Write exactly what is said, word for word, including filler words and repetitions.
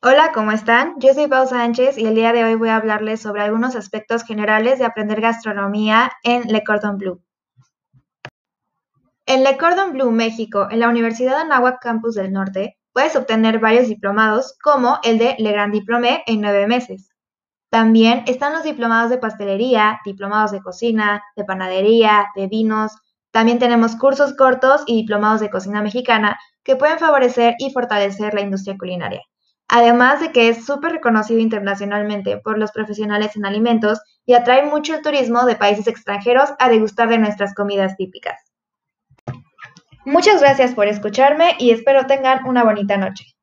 Hola, ¿cómo están? Yo soy Pau Sánchez y el día de hoy voy a hablarles sobre algunos aspectos generales de aprender gastronomía en Le Cordon Bleu. En Le Cordon Bleu, México, en la Universidad Anáhuac Campus del Norte, puedes obtener varios diplomados, como el de Le Grand Diplômé en nueve meses. También están los diplomados de pastelería, diplomados de cocina, de panadería, de vinos. También tenemos cursos cortos y diplomados de cocina mexicana que pueden favorecer y fortalecer la industria culinaria. Además de que es súper reconocido internacionalmente por los profesionales en alimentos y atrae mucho el turismo de países extranjeros a degustar de nuestras comidas típicas. Muchas gracias por escucharme y espero tengan una bonita noche.